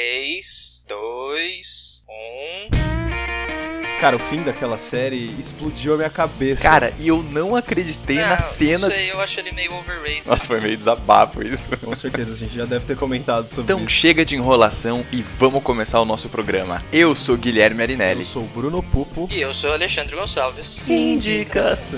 3, 2, 1... Cara, o fim daquela série explodiu a minha cabeça. Cara, e eu não acreditei na cena... Não sei, eu acho ele meio overrated. Nossa, foi meio desabafo isso. Com certeza, a gente já deve ter comentado sobre Então isso. chega de enrolação e vamos começar o nosso programa. Eu sou Guilherme Arinelli. Eu sou o Bruno Pupo. E eu sou Alexandre Gonçalves. Indicação.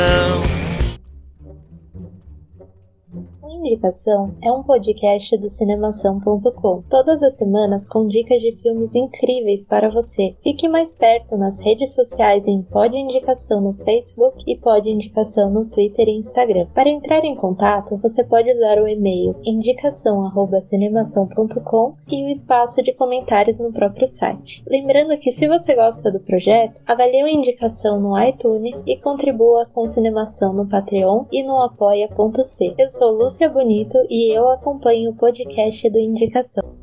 Indicação é um podcast do Cinemação.com. Todas as semanas com dicas de filmes incríveis para você. Fique mais perto nas redes sociais em Pod Indicação no Facebook e Pod Indicação no Twitter e Instagram. Para entrar em contato, você pode usar o e-mail indicação@cinemação.com e o espaço de comentários no próprio site. Lembrando que se você gosta do projeto, avalie a indicação no iTunes e contribua com Cinemação no Patreon e no apoia.c. Eu sou Lúcia Bonito e eu acompanho o podcast do Indicação.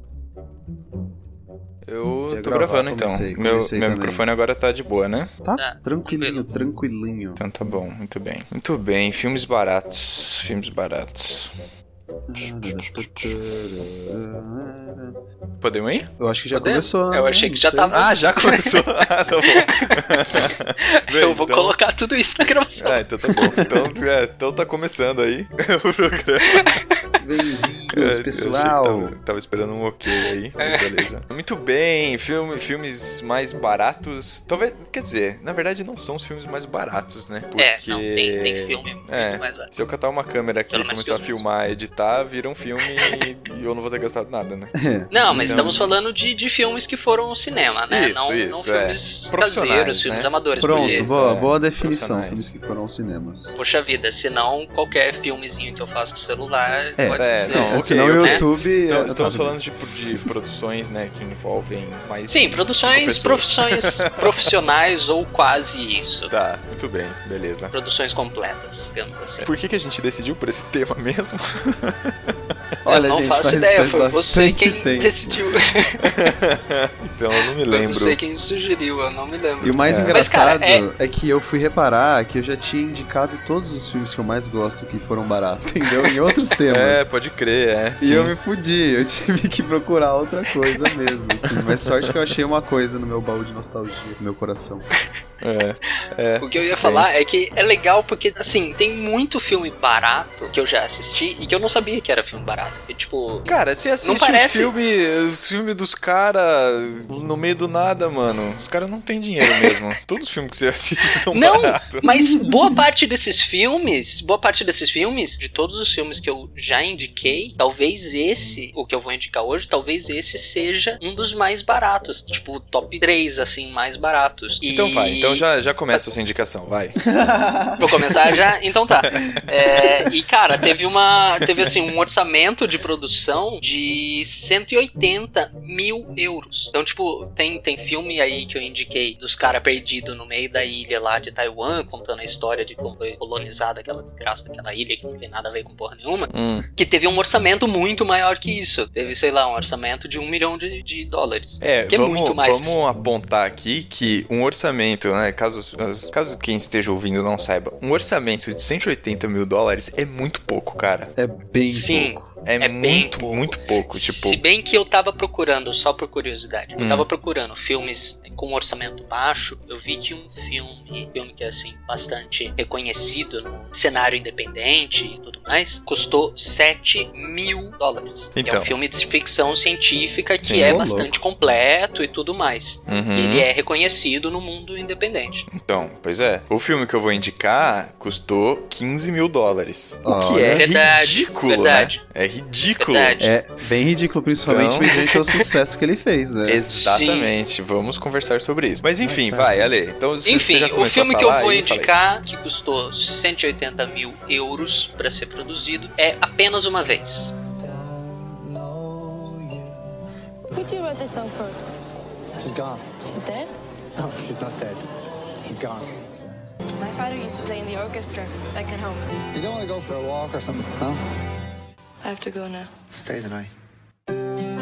Eu tô gravando então. Meu microfone agora tá de boa, né? Tá? Tranquilinho. Então tá bom, muito bem. Muito bem, filmes baratos. Podemos ir? Eu acho que já começou. Eu achei que já tava. Ah, já começou. Tá bom. Bem, eu vou colocar tudo isso na gravação. Ah, então tá bom. Então tá começando aí o programa. Bem-vindos, pessoal. Tava esperando um ok aí, mas beleza. Muito bem, filmes mais baratos. Talvez, quer dizer, na verdade não são os filmes mais baratos, né? Porque... não, tem filme muito mais barato. Se eu catar uma câmera aqui e começar a filmar, editar, vira um filme e eu não vou ter gastado nada, né? Não, mas estamos falando de filmes que foram ao cinema, né? Isso, não filmes caseiros, filmes amadores. Pronto, boa definição, filmes que foram aos cinemas. Poxa vida, senão qualquer filmezinho que eu faço com o celular pode ser. Senão o YouTube... Então, estamos falando de produções, né, que envolvem mais... Sim, profissões profissionais ou quase isso. Tá, muito bem, beleza. Produções completas, digamos assim. Por que a gente decidiu por esse tema mesmo? Olha, eu não gente, faço ideia, foi você quem decidiu. Então eu não me lembro. Foi você quem sugeriu, eu não me lembro. E o mais engraçado é que eu fui reparar que eu já tinha indicado todos os filmes que eu mais gosto que foram baratos, entendeu? Em outros temas. Pode crer, E eu me fudi, eu tive que procurar outra coisa mesmo, assim. Mas sorte que eu achei uma coisa no meu baú de nostalgia, no meu coração. O que eu ia falar é que é legal porque, assim, tem muito filme barato que eu já assisti e que eu não sabia que era filme barato. E, tipo, cara, você assiste os filmes dos caras no meio do nada, mano. Os caras não têm dinheiro mesmo. Todos os filmes que você assiste são baratos. Mas boa parte desses filmes, de todos os filmes que eu já indiquei, talvez esse, o que eu vou indicar hoje, talvez esse seja um dos mais baratos. Tipo, top 3, assim, mais baratos. Então vai, então já começa a sua indicação, vai. Vou começar já? Então tá. E cara, teve assim, um orçamento de produção de 180 mil euros. Então, tipo, tem filme aí que eu indiquei dos caras perdidos no meio da ilha lá de Taiwan, contando a história de como foi colonizada aquela desgraça daquela ilha que não tem nada a ver com porra nenhuma, que teve um orçamento muito maior que isso. Teve, sei lá, um orçamento de $1 milhão de dólares. Que é muito mais. Vamos apontar aqui que um orçamento, né, caso quem esteja ouvindo não saiba, um orçamento de 180 mil dólares é muito pouco, cara. É bem pouco. É muito pouco. Tipo... Se bem que eu tava procurando, só por curiosidade, eu tava procurando filmes com orçamento baixo, eu vi que um filme que é assim, bastante reconhecido no cenário independente e tudo mais, custou $7 mil. Então. É um filme de ficção científica que é bastante completo e tudo mais. Ele é reconhecido no mundo independente. Então, pois é. O filme que eu vou indicar custou $15 mil. O que é ridículo, verdade. Né? É ridículo. Verdade. É bem ridículo, principalmente mediante o sucesso que ele fez, né? Exatamente. Sim. Vamos conversar sobre isso. Mas enfim, vai, Ale. Então, enfim, o filme que eu vou indicar, que custou 180 mil euros para ser produzido, é Apenas Uma Vez. Who do you write this song for? She's gone. She's dead? No, she's not dead. He's gone. My father used to play in the orchestra back at home. You don't want to go for a walk or something, no? I have to go now. Stay the night. I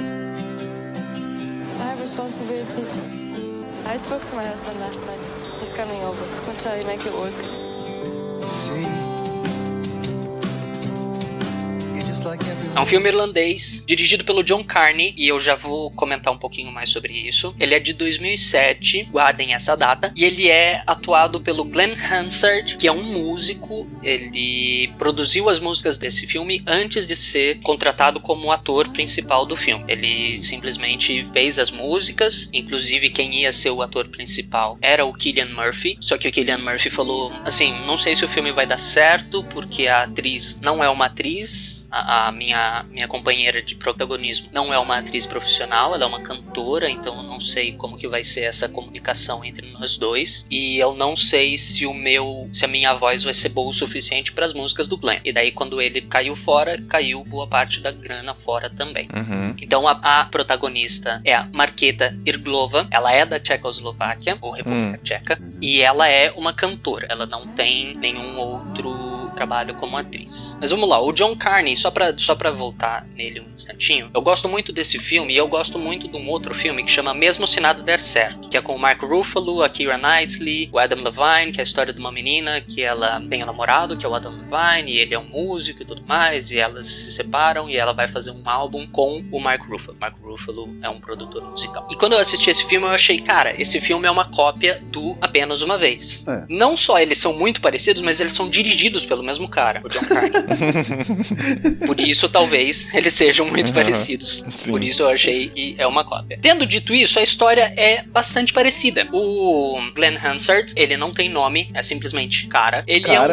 have responsibilities. I spoke to my husband last night. He's coming over. We'll try to make it work. See? You're just like everyone. É um filme irlandês, dirigido pelo John Carney, e eu já vou comentar um pouquinho mais sobre isso. Ele é de 2007, guardem essa data, e ele é atuado pelo Glenn Hansard, que é um músico. Ele produziu as músicas desse filme antes de ser contratado como ator principal do filme. Ele simplesmente fez as músicas, inclusive quem ia ser o ator principal era o Cillian Murphy, só que o Cillian Murphy falou assim, não sei se o filme vai dar certo, porque a atriz não é uma atriz, a minha companheira de protagonismo não é uma atriz profissional, ela é uma cantora, então eu não sei como que vai ser essa comunicação entre nós dois, e eu não sei se a minha voz vai ser boa o suficiente para as músicas do Glenn. E daí quando ele caiu fora, caiu boa parte da grana fora também. Então a protagonista é a Markéta Irglova, ela é da Tchecoslováquia, ou República Tcheca, e ela é uma cantora, ela não tem nenhum outro trabalho como atriz. Mas vamos lá, o John Carney, só pra voltar nele um instantinho, eu gosto muito desse filme, e eu gosto muito de um outro filme que chama Mesmo Se Nada Der Certo, que é com o Mark Ruffalo, a Keira Knightley, o Adam Levine, que é a história de uma menina que ela tem um namorado, que é o Adam Levine, e ele é um músico e tudo mais, e elas se separam, e ela vai fazer um álbum com o Mark Ruffalo. Mark Ruffalo é um produtor musical. E quando eu assisti esse filme, eu achei, cara, esse filme é uma cópia do Apenas Uma Vez. Não só eles são muito parecidos, mas eles são dirigidos pelo mesmo cara, o John Carney. Por isso, talvez, eles sejam muito parecidos. Sim. Por isso eu achei que é uma cópia. Tendo dito isso, a história é bastante parecida. O Glenn Hansard, ele não tem nome, é simplesmente cara. Ele é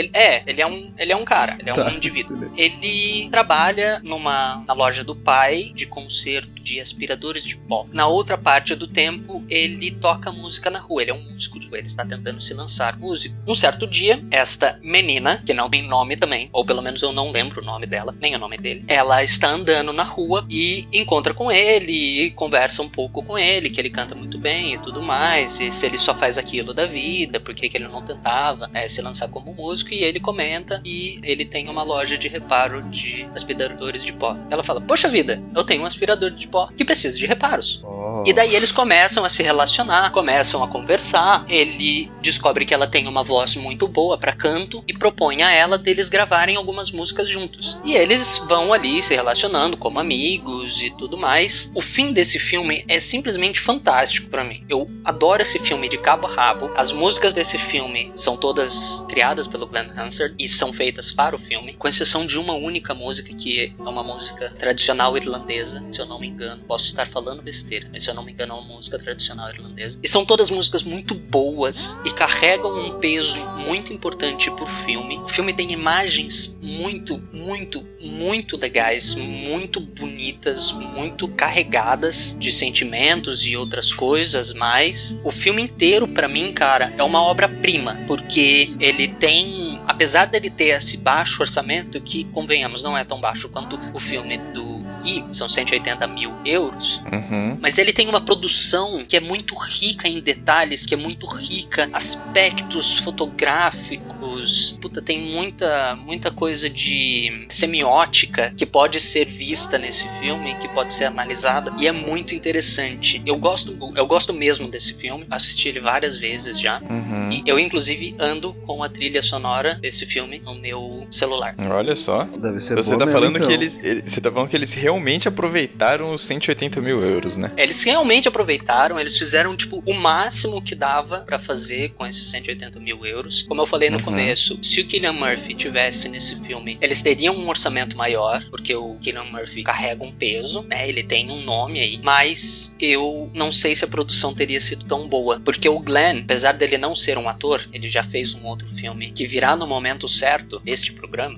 um cara, ele é um indivíduo. Ele trabalha na loja do pai de conserto de aspiradores de pó. Na outra parte do tempo, ele toca música na rua. Ele é um músico, ele está tentando se lançar músico. Um certo dia, esta menina, que não tem nome também, ou pelo menos eu não lembro o nome dela, nem o nome dele, ela está andando na rua e encontra com ele e conversa um pouco com ele, que ele canta muito bem e tudo mais, e se ele só faz aquilo da vida, por que ele não tentava se lançar como músico, e ele comenta e ele tem uma loja de reparo de aspiradores de pó. Ela fala, poxa vida, eu tenho um aspirador de pó que precisa de reparos. E daí eles começam a se relacionar, começam a conversar, ele descobre que ela tem uma voz muito boa pra canto e propõe a ela deles gravarem algumas músicas juntos. E eles vão ali se relacionando como amigos e tudo mais. O fim desse filme é simplesmente fantástico pra mim. Eu adoro esse filme de cabo a rabo. As músicas desse filme são todas criadas pelo Glenn Hansard e são feitas para o filme, com exceção de uma única música que é uma música tradicional irlandesa, se eu não me engano. Posso estar falando besteira, mas se eu não me engano é uma música tradicional irlandesa. E são todas músicas muito boas e carregam um peso muito importante pro filme. O filme tem imagens muito, muito, muito legais, muito bonitas, muito carregadas de sentimentos e outras coisas, mas o filme inteiro, pra mim, cara, é uma obra-prima, porque ele tem, apesar dele ter esse baixo orçamento, que, convenhamos, não é tão baixo quanto o filme do Gui, são 180 mil euros, mas ele tem uma produção que é muito rica em detalhes, que é muito rica, aspectos fotográficos, tem muita coisa de semiótica que pode ser vista nesse filme, que pode ser analisada, e é muito interessante. Eu gosto mesmo desse filme, assisti ele várias vezes já, e eu inclusive ando com a trilha sonora desse filme no meu celular. Olha só. Deve ser Você boa tá mesmo, falando então. que você tá falando que eles realmente aproveitaram os 180 mil euros, né? Eles realmente aproveitaram, eles fizeram o máximo que dava pra fazer com esses 180 mil euros. Como eu falei no começo, se o Cillian Murphy tivesse nesse filme, eles teriam um orçamento maior, porque o Cillian Murphy carrega um peso, né? Ele tem um nome aí, mas eu não sei se a produção teria sido tão boa, porque o Glenn, apesar dele não ser um ator, ele já fez um outro filme que virá no momento certo deste programa.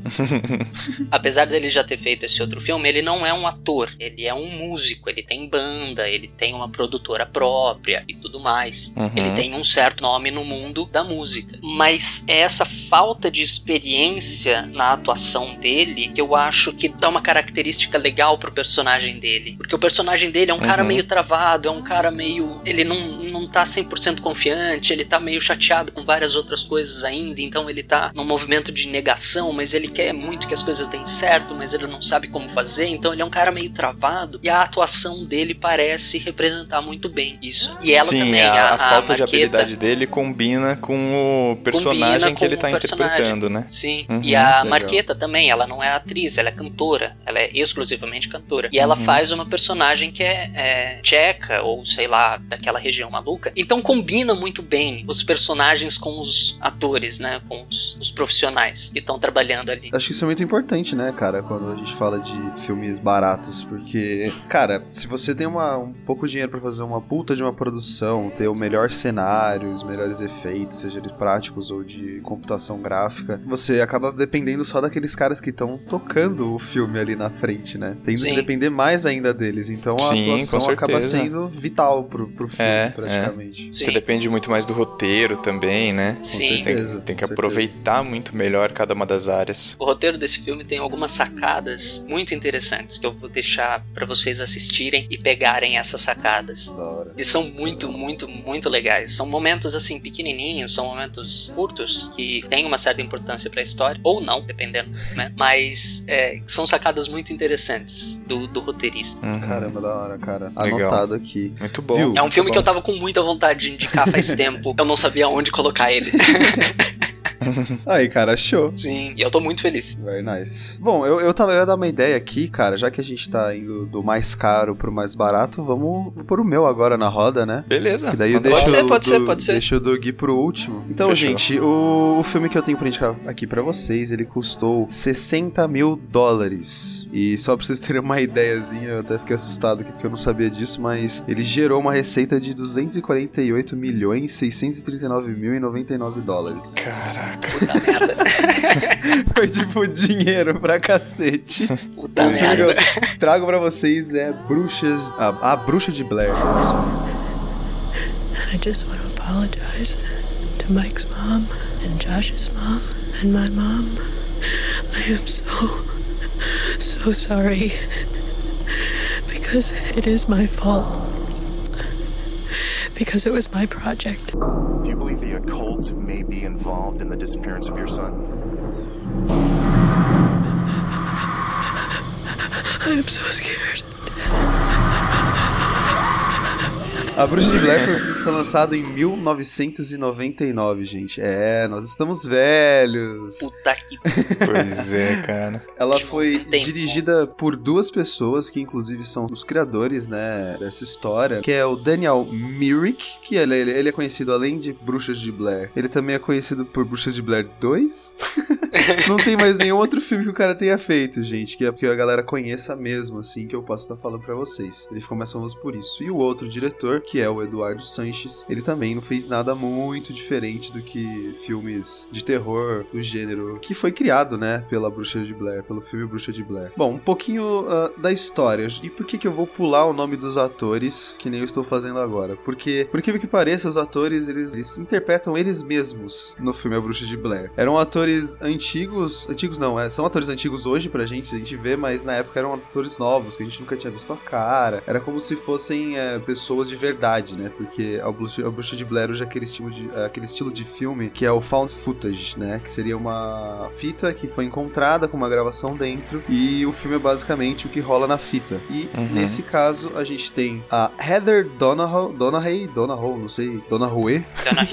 Apesar dele já ter feito esse outro filme, ele não é um ator, ele é um músico, ele tem banda, ele tem uma produtora própria e tudo mais. Ele tem um certo nome no mundo da música, mas é essa falta de experiência na atuação dele que eu acho que dá uma característica legal pro personagem dele, porque o personagem dele é um cara meio travado, é um cara meio... ele não tá 100% confiante, ele tá meio chateado com várias outras coisas ainda, então ele tá num movimento de negação, mas ele quer muito que as coisas deem certo, mas ele não sabe como fazer, então ele é um cara meio travado, e a atuação dele parece representar muito bem isso. E ela Sim, também, a falta de Marqueta, habilidade dele combina com o personagem que ele tá interpretando, né? Sim, Uhum, e a legal. Marqueta também, ela não é atriz, ela é cantora, ela é exclusivamente cantora. E ela faz uma personagem que é tcheca, ou sei lá, daquela região maluca. Então combina muito bem os personagens com os atores, né? Com os profissionais que estão trabalhando ali. Acho que isso é muito importante, né, cara, quando a gente fala de filmes baratos, porque, cara, se você tem um pouco de dinheiro pra fazer uma puta de uma produção, ter o melhor cenário, os melhores efeitos, seja eles práticos ou de computação gráfica, você acaba dependendo só daqueles caras que estão tocando o filme ali na frente, né? Tem que depender mais ainda deles, então a atuação acaba sendo vital pro filme, praticamente. Você depende muito mais do roteiro também, né? Sim. Tem que aproveitar muito melhor cada uma das áreas. O roteiro desse filme tem algumas sacadas muito interessantes que eu vou deixar pra vocês assistirem e pegarem essas sacadas. Da hora. E são muito, muito, muito legais. São momentos assim pequenininhos, são momentos curtos que têm uma certa importância pra história, ou não, dependendo, né? Mas são sacadas muito interessantes do roteirista. Caramba, da hora, cara. Legal. Anotado aqui. Muito bom. Viu? É um filme que eu tava com muita vontade de indicar faz tempo. Eu não sabia onde colocar ele. Aí, cara, show. Sim, e eu tô muito feliz. Very nice. Bom, eu ia dar uma ideia aqui, cara, já que a gente tá indo do mais caro pro mais barato, vamos pôr o meu agora na roda, né? Beleza. Que daí eu Pode deixo ser. Deixa o Doug pro último. Então, Fechou. gente, o filme que eu tenho pra indicar aqui pra vocês, ele custou $60 mil. E só pra vocês terem uma ideiazinha, eu até fiquei assustado aqui porque eu não sabia disso, mas ele gerou uma receita de $248.639.099. Caraca. Puta merda. Foi tipo dinheiro pra cacete. Puta O filme que merda. eu trago pra vocês é A Bruxa de Blair. I just want to apologize to Mike's mom and Josh's mom and my mom. I am so sorry because it is my fault. Because it was my project. Do you believe the occult may be involved in the disappearance of your son? I am so scared. A Bruxa de Blair foi lançado em 1999, gente. Nós estamos velhos. Puta que... Pois é, cara. Ela foi Tempo. dirigida por duas pessoas, que inclusive são os criadores, né, dessa história, que é o Daniel Myrick, que ele é conhecido, além de Bruxas de Blair, ele também é conhecido por Bruxas de Blair 2. Não tem mais nenhum outro filme que o cara tenha feito, gente, que é porque a galera conheça mesmo, assim, que eu posso estar falando pra vocês. Ele ficou mais famoso por isso. E o outro diretor, que é o Eduardo Sanches, ele também não fez nada muito diferente do que filmes de terror do gênero que foi criado, né, pela Bruxa de Blair, pelo filme Bruxa de Blair. Bom, um pouquinho da história. E por que eu vou pular o nome dos atores, que nem eu estou fazendo agora? Porque, por que pareça, os atores, eles interpretam eles mesmos no filme A Bruxa de Blair. Eram atores antigos não, são atores antigos hoje pra gente, se a gente vê, mas na época eram atores novos, que a gente nunca tinha visto a cara. Era como se fossem pessoas de verdade, né? Porque a Bruxa de Blair hoje é aquele estilo de filme que é o found footage, né? Que seria uma fita que foi encontrada com uma gravação dentro e o filme é basicamente o que rola na fita. E nesse caso a gente tem a Heather Donahue, não sei, Donahue,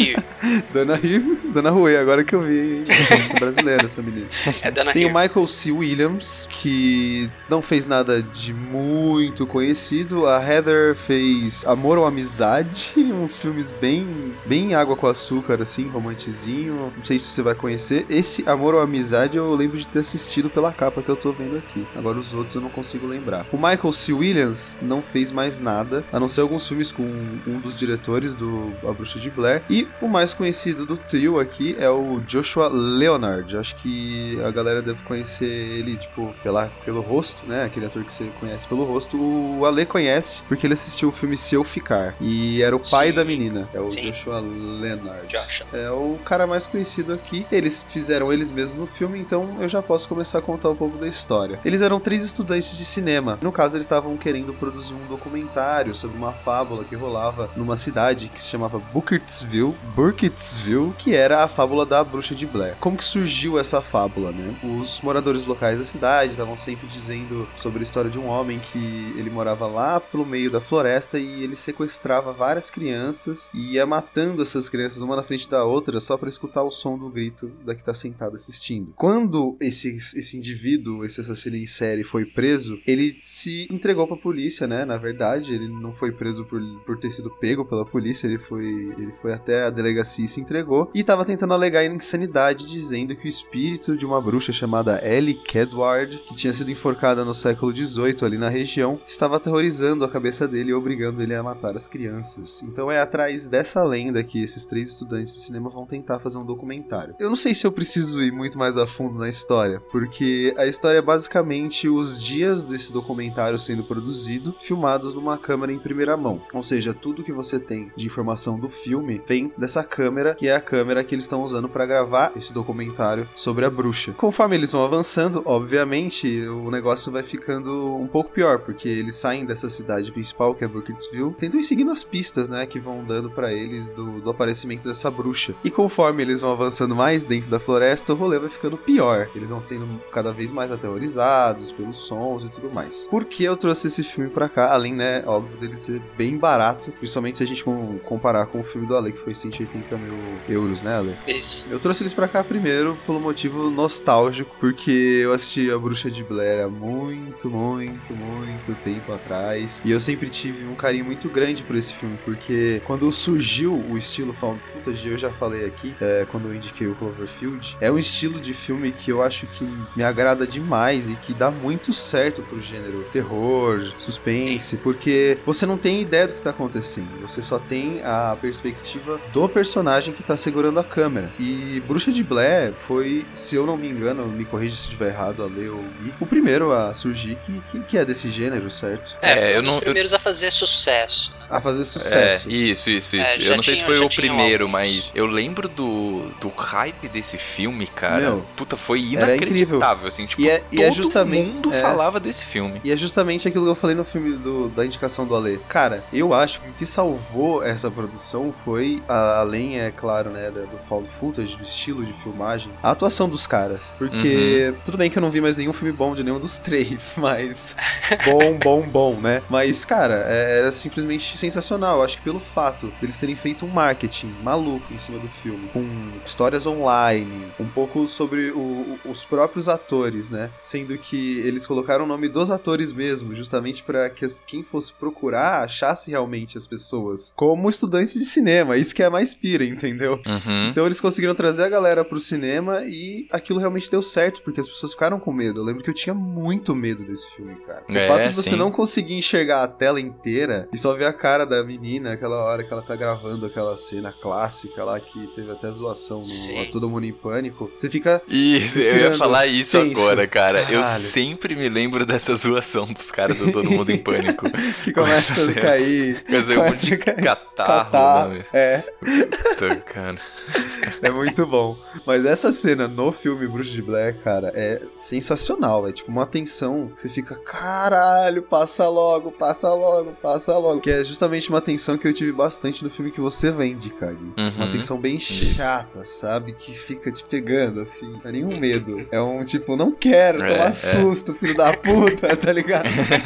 agora que eu vi, essa brasileira, essa menina. É Dana Tem o Hill. Michael C. Williams, que não fez nada de muito conhecido. A Heather fez Amor ou Amizade, uns filmes bem água com açúcar, assim, romantizinho. Não sei se você vai conhecer. Esse Amor ou Amizade eu lembro de ter assistido pela capa que eu tô vendo aqui. Agora os outros eu não consigo lembrar. O Michael C. Williams não fez mais nada, a não ser alguns filmes com um dos diretores do A Bruxa de Blair. E o mais conhecido do trio aqui é o Joshua Leonard. Acho que a galera deve conhecer ele, tipo, pelo rosto, né? Aquele ator que você conhece pelo rosto. O Ale conhece, porque ele assistiu o filme Se Eu Ficar. Carr. E era o pai Sim. da menina. É o Sim. Joshua Leonard. Joshua. É o cara mais conhecido aqui. Eles fizeram eles mesmos no filme, então eu já posso começar a contar um pouco da história. Eles eram 3 estudantes de cinema. No caso, eles estavam querendo produzir um documentário sobre uma fábula que rolava numa cidade que se chamava Burkittsville, que era a fábula da Bruxa de Blair. Como que surgiu essa fábula, né? Os moradores locais da cidade estavam sempre dizendo sobre a história de um homem que ele morava lá pelo meio da floresta e ele sequestrava várias crianças e ia matando essas crianças uma na frente da outra só pra escutar o som do grito da que tá sentada assistindo. Quando esse indivíduo, esse assassino em série foi preso, ele se entregou pra polícia, né? Na verdade, ele não foi preso por ter sido pego pela polícia, ele foi até a delegacia e se entregou e tava tentando alegar insanidade, dizendo que o espírito de uma bruxa chamada Ellie Kedward, que tinha sido enforcada no século XVIII ali na região, estava aterrorizando a cabeça dele e obrigando ele a matar as crianças. Então é atrás dessa lenda que esses 3 estudantes de cinema vão tentar fazer um documentário. Eu não sei se eu preciso ir muito mais a fundo na história, porque a história é basicamente os dias desse documentário sendo produzido, filmados numa câmera em primeira mão. Ou seja, tudo que você tem de informação do filme vem dessa câmera, que é a câmera que eles estão usando para gravar esse documentário sobre a bruxa. Conforme eles vão avançando, obviamente, o negócio vai ficando um pouco pior, porque eles saem dessa cidade principal, que é Burkittsville, tentam ir seguindo as pistas, né, que vão dando pra eles do aparecimento dessa bruxa. E conforme eles vão avançando mais dentro da floresta, o rolê vai ficando pior. Eles vão sendo cada vez mais aterrorizados pelos sons e tudo mais. Por que eu trouxe esse filme pra cá? Além, né, óbvio, dele ser bem barato, principalmente se a gente comparar com o filme do Ale, que foi 180 mil euros, né, Ale? Isso. Eu trouxe eles pra cá primeiro pelo motivo nostálgico, porque eu assisti A Bruxa de Blair há muito tempo atrás, e eu sempre tive um carinho muito grande por esse filme, porque quando surgiu o estilo found footage, eu já falei aqui, quando eu indiquei o Cloverfield, é um estilo de filme que eu acho que me agrada demais e que dá muito certo pro gênero terror, suspense, porque você não tem ideia do que tá acontecendo, você só tem a perspectiva do personagem que tá segurando a câmera. E Bruxa de Blair foi, se eu não me engano, me corrija se estiver errado, a ler ou Gui, o primeiro a surgir que é desse gênero, certo? Foi um dos primeiros a fazer sucesso, né? A fazer sucesso. Isso. Eu não sei se foi o primeiro, mas eu lembro do hype desse filme, cara. Meu, puta, foi era incrível. inacreditável, assim, tipo, todo mundo falava desse filme. E é justamente aquilo que eu falei no filme da indicação do Ale. Cara, eu acho que o que salvou essa produção foi, além, é claro, né, do found footage, do estilo de filmagem, a atuação dos caras. Porque, tudo bem que eu não vi mais nenhum filme bom de nenhum dos 3, mas bom, né? Mas, cara, era simplesmente sensacional. Eu acho que pelo fato deles terem feito um marketing maluco em cima do filme, com histórias online, um pouco sobre os próprios atores, né? Sendo que eles colocaram o nome dos atores mesmo, justamente pra que quem fosse procurar achasse realmente as pessoas como estudantes de cinema. Isso que é mais pira, entendeu? Então eles conseguiram trazer a galera pro cinema e aquilo realmente deu certo, porque as pessoas ficaram com medo. Eu lembro que eu tinha muito medo desse filme, cara. O fato de você não conseguir enxergar a tela inteira e só ver a cara da menina, aquela hora que ela tá gravando aquela cena clássica lá, que teve até zoação no Todo Mundo em Pânico, você fica... Isso, eu ia falar isso tenso. agora, cara. Caralho. Eu sempre me lembro dessa zoação dos caras do Todo Mundo em Pânico. Que começa a cair. Começa a catarro. Né? Puta, cara. É muito bom. Mas essa cena no filme Bruxa de Blair, cara, é sensacional. É tipo uma tensão que você fica, caralho, passa logo. Que é justamente uma tensão que eu tive bastante no filme que você vende, cara. Uma tensão bem chata, sabe? Que fica te pegando, assim. Não é nenhum medo. É um tipo, não quero tomar susto, filho da puta, tá ligado?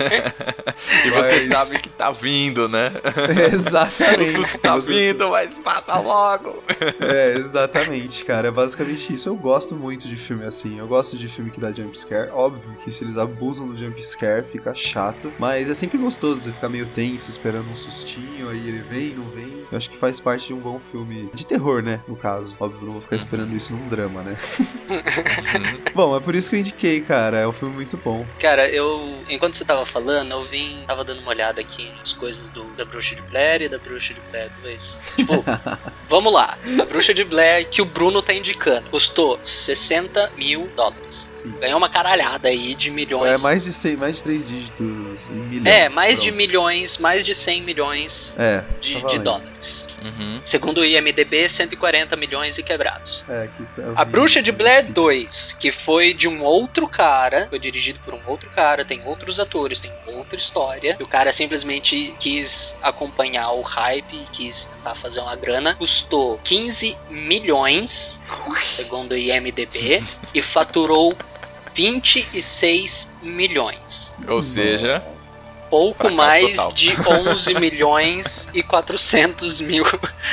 E você sabe que tá vindo, né? Exatamente. O susto tá vindo, mas passa logo. Exatamente, cara. É basicamente isso. Eu gosto muito de filme assim. Eu gosto de filme que dá jumpscare. Óbvio que se eles abusam do jumpscare, fica chato. Mas é sempre gostoso você ficar meio tenso, esperando um sustinho, aí ele vem, não vem. Eu acho que faz parte de um bom filme de terror, né? No caso. Óbvio, não vou ficar esperando isso num drama, né? Bom, é por isso que eu indiquei, cara. É um filme muito bom. Cara, enquanto você tava falando, tava dando uma olhada aqui nas coisas da Bruxa de Blair e da Bruxa de Blair 2. Tipo, vamos lá. A Bruxa de Blair que o Bruno tá indicando custou $60 mil. Sim. Ganhou uma caralhada aí de milhões. Mais de 3 dígitos em milhões. Mais de milhões, mais de 100 milhões de dólares. Uhum. Segundo o IMDb, 140 milhões e quebrados. A Bruxa de Blair 2, que foi de um outro cara, foi dirigido por um outro cara, tem outros atores, tem outra história, e o cara simplesmente quis acompanhar o hype e quis tentar fazer uma grana, custou 15 milhões, segundo o IMDb, e faturou 26 milhões. Ou seja... pouco fracasso mais total. de 11 milhões e 400 mil.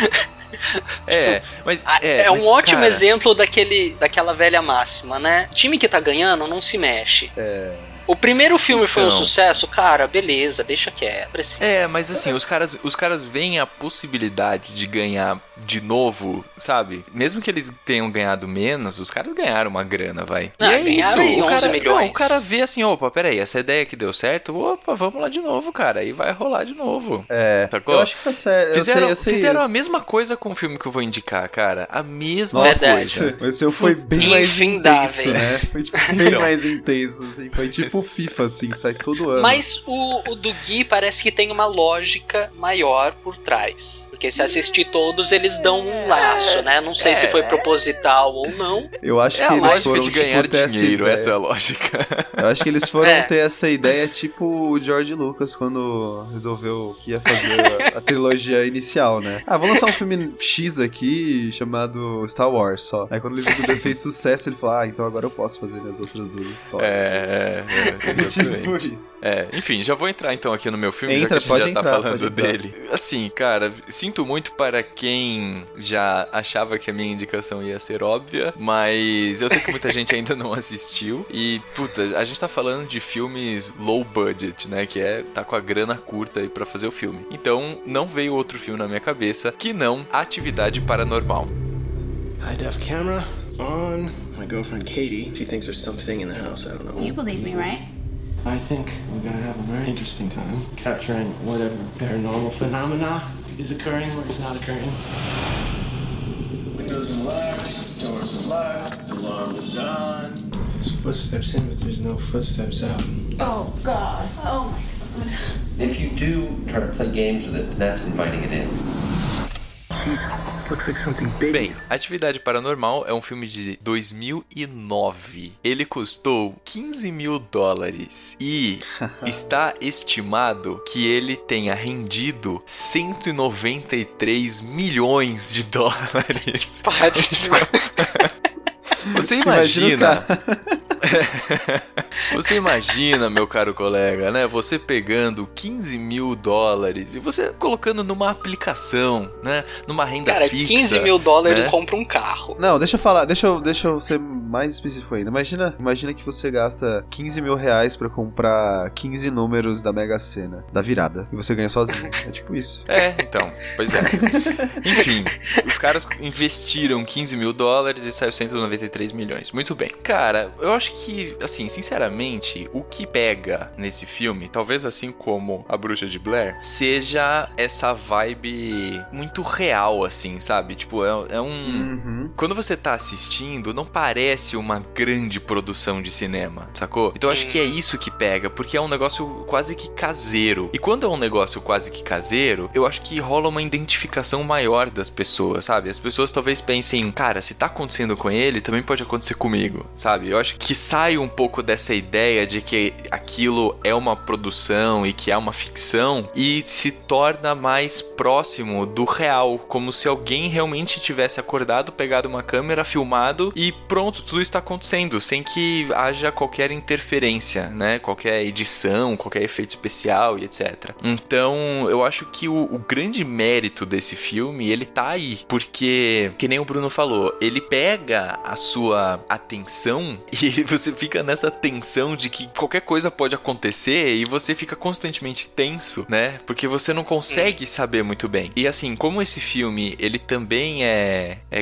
Mas um ótimo exemplo daquela velha máxima, né? Time que tá ganhando não se mexe. O primeiro filme foi um sucesso, cara, beleza, deixa quieto. Mas assim, os caras veem a possibilidade de ganhar de novo, sabe? Mesmo que eles tenham ganhado menos, os caras ganharam uma grana, vai. Não, e é isso, o 11 milhões. O cara vê assim, opa, peraí, essa ideia que deu certo, opa, vamos lá de novo, cara, aí vai rolar de novo. Sacou? Eu acho que tá certo. Fizeram a mesma coisa com o filme que eu vou indicar, cara. A mesma coisa. O seu foi bem mais intenso, né? Foi tipo, bem mais intenso, assim. Foi tipo FIFA, assim, sai todo ano. Mas o do Gui parece que tem uma lógica maior por trás. Porque se assistir todos, eles dão um laço, né? Não sei se foi proposital ou não. Eu acho que a eles lógica foram de ganhar dinheiro, essa é a lógica. Eu acho que eles foram ter essa ideia tipo o George Lucas quando resolveu que ia fazer a trilogia inicial, né? Vou lançar um filme X aqui chamado Star Wars só. Aí quando ele viu que fez sucesso, ele falou, então agora eu posso fazer minhas outras duas histórias. Exatamente. Tipo isso. Enfim, já vou entrar então aqui no meu filme, já que a gente já tá falando dele. Assim, cara, sinto muito para quem já achava que a minha indicação ia ser óbvia, mas eu sei que muita gente ainda não assistiu. E, puta, a gente tá falando de filmes low budget, né? Que tá com a grana curta aí pra fazer o filme. Então, não veio outro filme na minha cabeça que não Atividade Paranormal. High def camera on. My girlfriend Katie, she thinks there's something in the house. I don't know. You believe me, right? I think we're gonna have a very interesting time capturing whatever paranormal phenomena is occurring or is not occurring. Windows are locked, doors are locked, the alarm is on. There's footsteps in, but there's no footsteps out. Oh, God. Oh, my God. If you do try to play games with it, that's inviting it in. Bem, Atividade Paranormal é um filme de 2009. Ele custou $15 mil e está estimado que ele tenha rendido 193 milhões de dólares. Você imagina... Você imagina, meu caro colega, né? Você pegando $15 mil e você colocando numa aplicação, né? Numa renda fixa. Cara, $15 mil né? compra um carro. Não, deixa eu falar, deixa eu ser mais específico ainda. Imagina que você gasta $15 mil pra comprar 15 números da Mega Sena, da virada, e você ganha sozinho. É tipo isso. Então, pois é. Enfim, os caras investiram $15 mil e saiu 193 milhões. Muito bem. Cara, eu acho que, assim, sinceramente, o que pega nesse filme, talvez assim como A Bruxa de Blair, seja essa vibe muito real, assim, sabe? Tipo, é um... Quando você tá assistindo, não parece uma grande produção de cinema, sacou? Então eu acho que é isso que pega, porque é um negócio quase que caseiro. E quando é um negócio quase que caseiro, eu acho que rola uma identificação maior das pessoas, sabe? As pessoas talvez pensem, cara, se tá acontecendo com ele, também pode acontecer comigo, sabe? Eu acho que sai um pouco dessa ideia de que aquilo é uma produção e que é uma ficção e se torna mais próximo do real, como se alguém realmente tivesse acordado, pegado uma câmera, filmado e pronto, tudo está acontecendo, sem que haja qualquer interferência, né? Qualquer edição, qualquer efeito especial e etc. Então, eu acho que o grande mérito desse filme, ele tá aí, porque, que nem o Bruno falou, ele pega a sua atenção e você fica nessa tensão de que qualquer coisa pode acontecer e você fica constantemente tenso, né? Porque você não consegue saber muito bem. E assim, como esse filme, ele também é gravado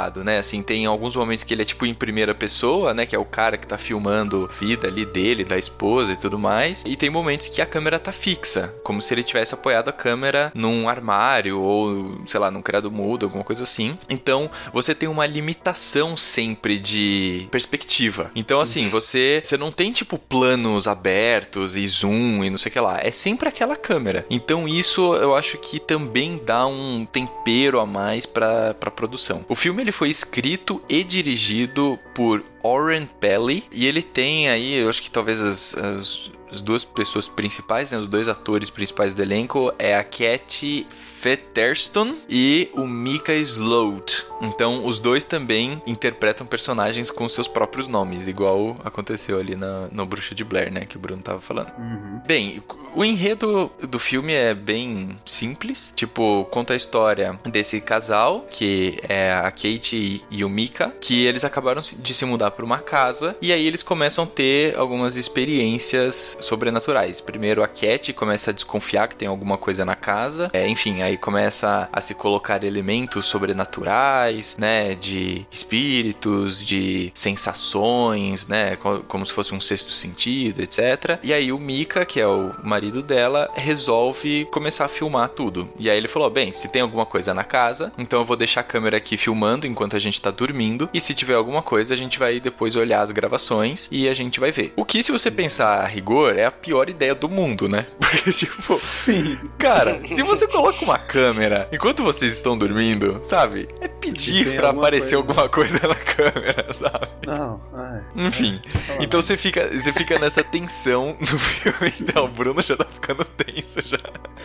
separado, né? Assim, tem alguns momentos que ele é tipo em primeira pessoa, né? Que é o cara que tá filmando a vida ali dele, da esposa e tudo mais. E tem momentos que a câmera tá fixa, como se ele tivesse apoiado a câmera num armário ou, sei lá, num criado mudo, alguma coisa assim. Então, você tem uma limitação sempre de perspectiva. Então, assim, você não tem tipo planos abertos e zoom e não sei o que lá. É sempre aquela câmera. Então, isso eu acho que também dá um tempero a mais pra produção. O filme ele foi escrito e dirigido por Oren Peli, e ele tem aí, eu acho que talvez as duas pessoas principais, né, os dois atores principais do elenco é a Cat Featherston e o Micah Sloat. Então, os dois também interpretam personagens com seus próprios nomes, igual aconteceu ali no Bruxa de Blair, né, que o Bruno tava falando. Bem, o enredo do filme é bem simples. Tipo, conta a história desse casal, que é a Kate e o Micah, que eles acabaram de se mudar para uma casa, e aí eles começam a ter algumas experiências sobrenaturais. Primeiro, a Kate começa a desconfiar que tem alguma coisa na casa. Enfim, aí começa a se colocar elementos sobrenaturais, né, de espíritos, de sensações, né, como se fosse um sexto sentido, etc. E aí o Micah, que é o marido dela, resolve começar a filmar tudo. E aí ele falou, bem, se tem alguma coisa na casa, então eu vou deixar a câmera aqui filmando enquanto a gente tá dormindo, e se tiver alguma coisa, a gente vai depois olhar as gravações e a gente vai ver. O que, se você pensar a rigor, é a pior ideia do mundo, né? Porque, tipo... Sim. Cara, se você coloca uma câmera enquanto vocês estão dormindo, sabe? É pedir pra aparecer alguma coisa na câmera, sabe? Não, enfim. Então você fica nessa tensão no filme. Então, o Bruno já tá ficando tenso já.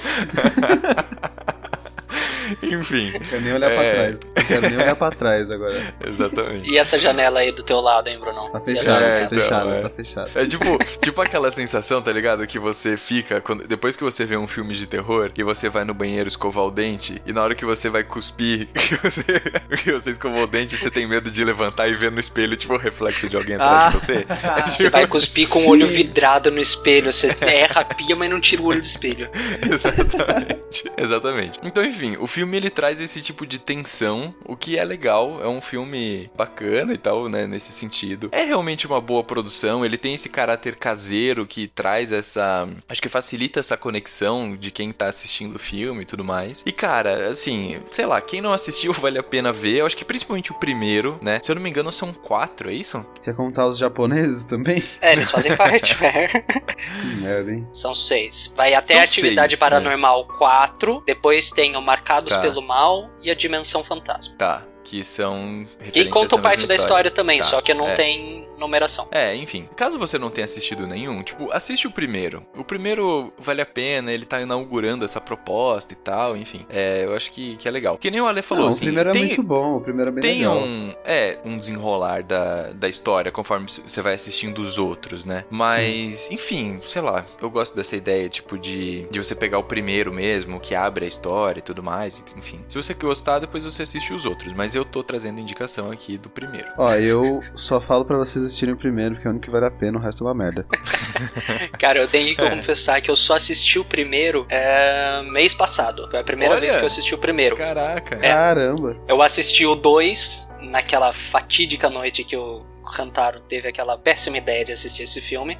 Enfim. Não quero nem olhar pra trás. Não quero nem olhar pra trás agora. Exatamente. E essa janela aí do teu lado, hein, Bruno? Tá fechada, tá fechada. É tipo aquela sensação, tá ligado? Que você fica, depois que você vê um filme de terror e você vai no banheiro escovar o dente, e na hora que você vai cuspir, que você escovou o dente, você tem medo de levantar e ver no espelho, tipo, o reflexo de alguém atrás de você. Você vai cuspir com o olho vidrado no espelho, você erra a pia, mas não tira o olho do espelho. Exatamente. Então, enfim, o filme ele traz esse tipo de tensão, o que é legal, é um filme bacana e tal, né, nesse sentido. É realmente uma boa produção, ele tem esse caráter caseiro que traz acho que facilita essa conexão de quem tá assistindo o filme e tudo mais. E cara, assim, sei lá, quem não assistiu vale a pena ver, eu acho que principalmente o primeiro, né, se eu não me engano são 4, é isso? Quer contar os japoneses também? Eles fazem parte, Que merda, hein? São 6. Vai até a Atividade Paranormal 4, depois tem o Marcados pelo Mal e a Dimensão Fantasma. Tá, que são que contam parte da história também, tá, só que não tem numeração. Enfim, caso você não tenha assistido nenhum, tipo, assiste o primeiro. O primeiro vale a pena, ele tá inaugurando essa proposta e tal, enfim. Eu acho que é legal. Que nem o Ale falou, assim... O primeiro é muito bom, o primeiro é bem legal. Tem um desenrolar da história conforme você vai assistindo os outros, né? Mas, enfim, sei lá, eu gosto dessa ideia, tipo, de você pegar o primeiro mesmo, que abre a história e tudo mais, enfim. Se você gostar, depois você assiste os outros, mas eu tô trazendo indicação aqui do primeiro. Ó, eu só falo pra vocês assistirem o primeiro, porque é o único que vale a pena, o resto é uma merda. Cara, eu tenho que confessar que eu só assisti o primeiro mês passado. Foi a primeira vez que eu assisti o primeiro. Caraca. Caramba. Eu assisti o 2 naquela fatídica noite que o Rantaro teve aquela péssima ideia de assistir esse filme.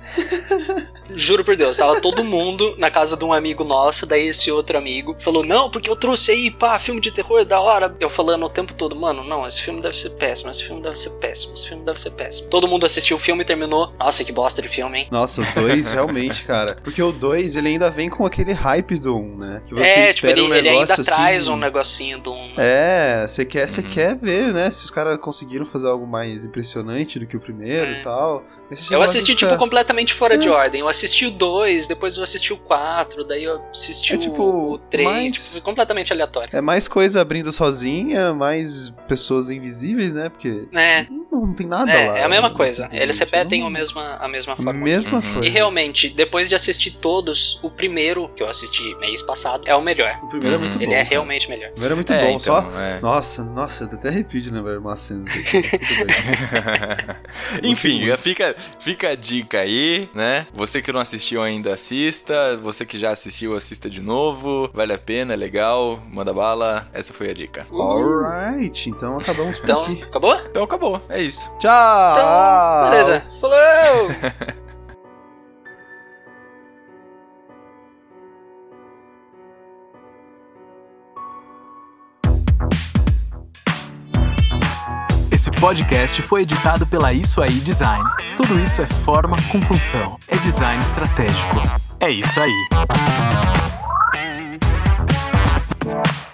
Juro por Deus, tava todo mundo na casa de um amigo nosso, daí esse outro amigo falou, não, porque eu trouxe aí, filme de terror, da hora. Eu falando o tempo todo, mano, não, esse filme deve ser péssimo, esse filme deve ser péssimo, esse filme deve ser péssimo. Todo mundo assistiu o filme e terminou, nossa, que bosta de filme, hein? Nossa, o 2 realmente, cara. Porque o 2, ele ainda vem com aquele hype do 1, né? Que você espera um negócio ele ainda assim, traz um negocinho do 1. Você quer ver, né? Se os caras conseguiram fazer algo mais impressionante do que o primeiro e tal. Eu assisti, tipo, completamente fora de ordem. Eu assisti o 2, depois eu assisti o 4, daí eu assisti o 3, tipo, completamente aleatório. É mais coisa abrindo sozinha, mais pessoas invisíveis, né? Porque não tem nada lá. É a mesma coisa. Eles repetem a mesma forma. Mesma coisa. E realmente, depois de assistir todos, o primeiro, que eu assisti mês passado, é o melhor. O primeiro é muito bom. Ele é realmente melhor. O primeiro é muito bom, então, só... Nossa, eu até arrepio de lembrar umas cenas aqui. Enfim, fica a dica aí, né? Você que não assistiu ainda, assista. Você que já assistiu, assista de novo. Vale a pena, é legal. Manda bala. Essa foi a dica. Alright, então acabamos por aqui. Acabou? Então acabou, é isso. Tchau! Então, beleza. Falou! Esse podcast foi editado pela Isso Aí Design. Tudo isso é forma com função. É design estratégico. É isso aí.